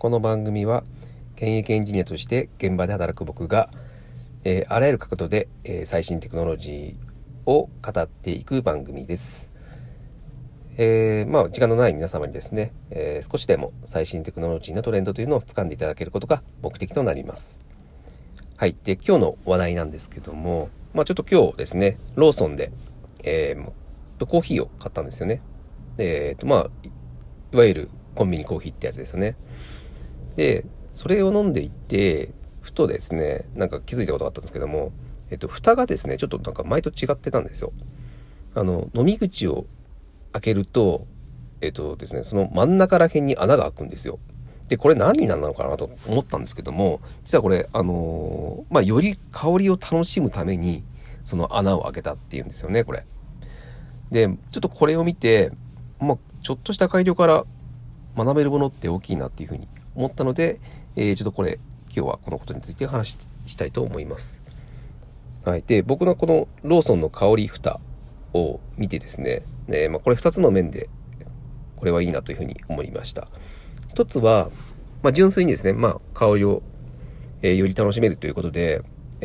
この番組は現役エンジニアとして現場で働く僕が、あらゆる角度で、最新テクノロジーを語っていく番組です。時間のない皆様にですね、少しでも最新テクノロジーのトレンドというのを掴んでいただけることが目的となります。はい。で、今日の話題なんですけども、ちょっと今日ですね、ローソンで、コーヒーを買ったんですよね。いわゆるコンビニコーヒーってやつですよね。で、それを飲んでいて、ふとですね、気づいたことがあったんですけども、蓋がですね、ちょっと前と違ってたんですよ。飲み口を開けると、ですね、その真ん中ら辺に穴が開くんですよ。で、これ何になるのかなと思ったんですけども、実はこれ、より香りを楽しむために、その穴を開けたっていうんですよね、これ。で、ちょっとこれを見て、ちょっとした改良から学べるものって大きいなっていうふうに思ったので、ちょっと今日はこのことについて話したいと思います。はい。で、僕のこのローソンの香り蓋を見てですね、これ2つの面で、これはいいなというふうに思いました。一つは、純粋にですね、香りを、より楽しめるということで、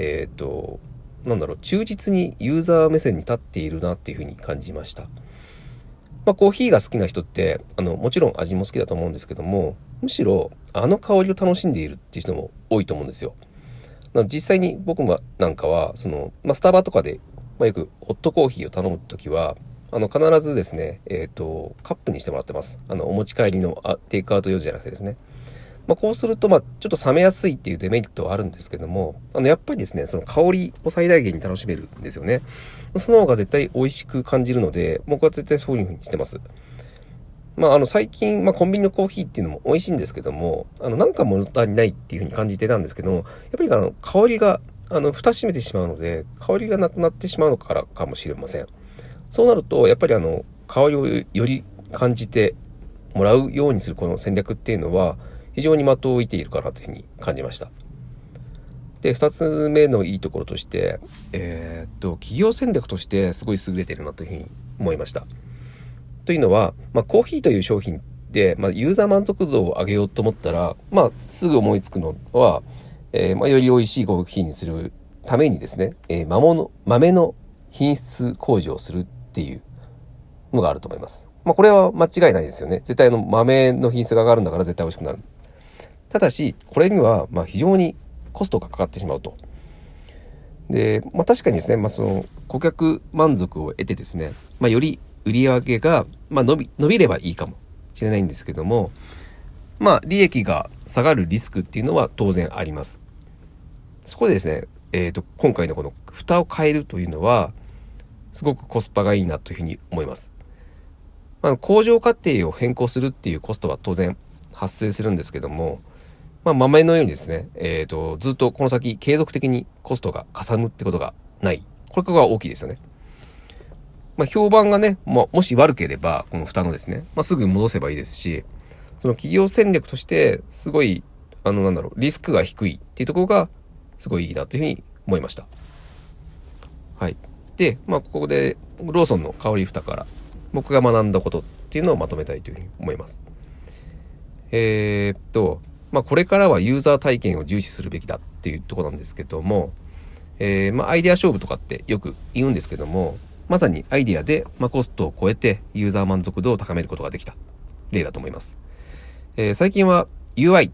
忠実にユーザー目線に立っているなっていうふうに感じました。コーヒーが好きな人って、もちろん味も好きだと思うんですけども、むしろ、香りを楽しんでいるっていう人も多いと思うんですよ。実際に僕なんかは、スタバとかで、よくホットコーヒーを頼むときは、必ずですね、カップにしてもらってます。お持ち帰りのテイクアウト用じゃなくてですね。こうすると、ちょっと冷めやすいっていうデメリットはあるんですけども、やっぱりですね、その香りを最大限に楽しめるんですよね。その方が絶対美味しく感じるので、僕は絶対そういう風にしてます。最近、コンビニのコーヒーっていうのも美味しいんですけども、物足りないっていう風に感じてたんですけども、やっぱり香りが、蓋閉めてしまうので、香りがなくなってしまうのからかもしれません。そうなると、やっぱり香りをより感じてもらうようにするこの戦略っていうのは、非常に的を射ているかなというふうに感じました。で、二つ目のいいところとして、企業戦略としてすごい優れているなというふうに思いました。というのは、コーヒーという商品で、ユーザー満足度を上げようと思ったら、すぐ思いつくのは、より美味しいコーヒーにするためにですね、豆の品質向上をするっていうのがあると思います。これは間違いないですよね。絶対豆の品質が上がるんだから絶対美味しくなる。ただし、これには非常にコストがかかってしまうと。で、確かにですね、その顧客満足を得てですね、より売り上げが伸びればいいかもしれないんですけども、利益が下がるリスクっていうのは当然あります。そこでですね、今回のこの蓋を変えるというのは、すごくコスパがいいなというふうに思います。工場過程を変更するっていうコストは当然発生するんですけども、豆のようにですね、ずっとこの先継続的にコストがかさむってことがない。これが大きいですよね。評判がね、もし悪ければ、この蓋のですね、すぐ戻せばいいですし、その企業戦略として、すごい、リスクが低いっていうところが、すごいいいなというふうに思いました。はい。で、ここで、ローソンの香り蓋から、僕が学んだことっていうのをまとめたいというふうに思います。これからはユーザー体験を重視するべきだっていうところなんですけども、アイデア勝負とかってよく言うんですけども、まさにアイデアで、コストを超えてユーザー満足度を高めることができた例だと思います。最近は UI って、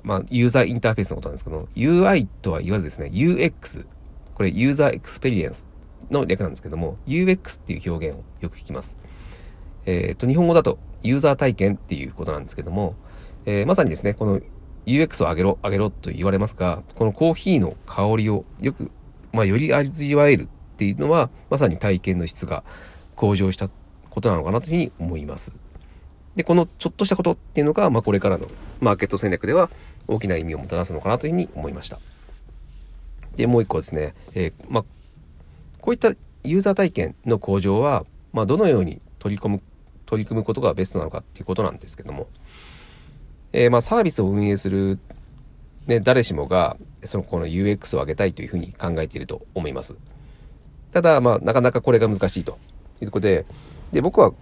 ユーザーインターフェースのことなんですけど、UI とは言わずですね、UX、これユーザーエクスペリエンスの略なんですけども、UX っていう表現をよく聞きます。日本語だとユーザー体験っていうことなんですけども、まさにですね、この UX を上げろと言われますが、このコーヒーの香りをより味わえるっていうのは、まさに体験の質が向上したことなのかなというふうに思います。で、このちょっとしたことっていうのが、これからのマーケット戦略では大きな意味をもたらすのかなというふうに思いました。で、もう一個ですね、こういったユーザー体験の向上は、どのように取り組むことがベストなのかっていうことなんですけども、サービスを運営する、誰しもがこの UX を上げたいというふうに考えていると思います。ただ、なかなかこれが難しいということで、僕は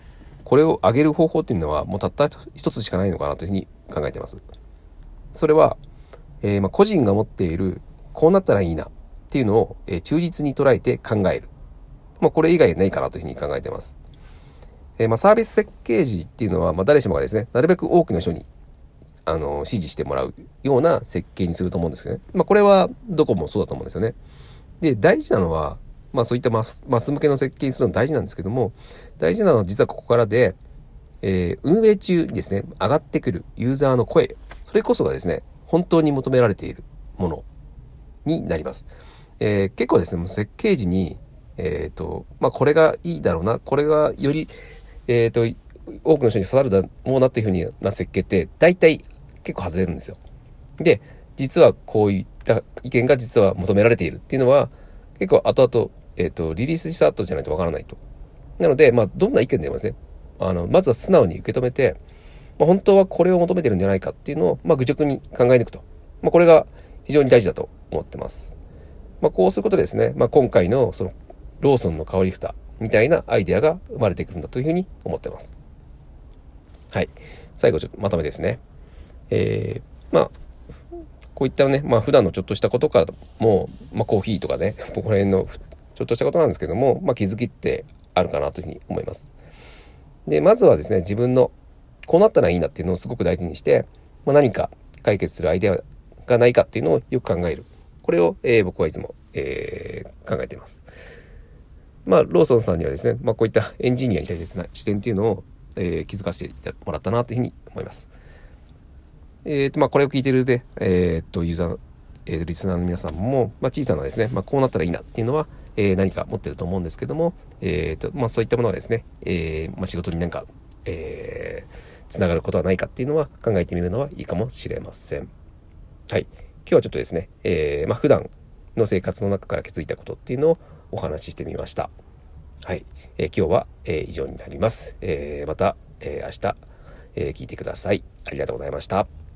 これを上げる方法っていうのはもうたった一つしかないのかなというふうに考えています。それは、個人が持っているこうなったらいいなっていうのを、忠実に捉えて考える。これ以外ないかなというふうに考えています。サービス設計時っていうのは、誰しもがですね、なるべく多くの人に支持してもらうような設計にすると思うんですよね。これはどこもそうだと思うんですよね。で、大事なのは、そういったマス向けの設計にするの大事なんですけども、大事なのは実はここからで、運営中にですね、上がってくるユーザーの声、それこそがですね、本当に求められているものになります。結構ですね、もう設計時に、これがいいだろうな、これがより、多くの人に刺さるだろうなっていうふうな設計って、大体結構外れるんですよ。で、実はこういった意見が実は求められているっていうのは、結構後々、リリースした後じゃないとわからないと。なので、どんな意見でもですね、まずは素直に受け止めて、本当はこれを求めてるんじゃないかっていうのを、愚直に考え抜くと。これが非常に大事だと思ってます。こうすることでですね、今回のそのローソンの香り蓋みたいなアイデアが生まれてくるんだというふうに思ってます。はい。最後ちょっとまとめですね。こういったね、普段のちょっとしたことからも、コーヒーとかね、ここら辺のちょっとしたことなんですけども、気づきってあるかなというふうに思います。で、まずはですね、自分のこうなったらいいなっていうのをすごく大事にして、何か解決するアイデアがないかっていうのをよく考える。これを、僕はいつも、考えています。ローソンさんにはですね、こういったエンジニアに大切な視点っていうのを、気づかせてもらったなというふうに思います。これを聞いているで、ユーザー、リスナーの皆さんも、小さなですね、こうなったらいいなっていうのは、何か持ってると思うんですけども、そういったものがですね、仕事につながることはないかっていうのは考えてみるのはいいかもしれません。はい。今日はちょっとですね、普段の生活の中から気づいたことっていうのをお話ししてみました。はい。今日は、以上になります。また、明日、聞いてください。ありがとうございました。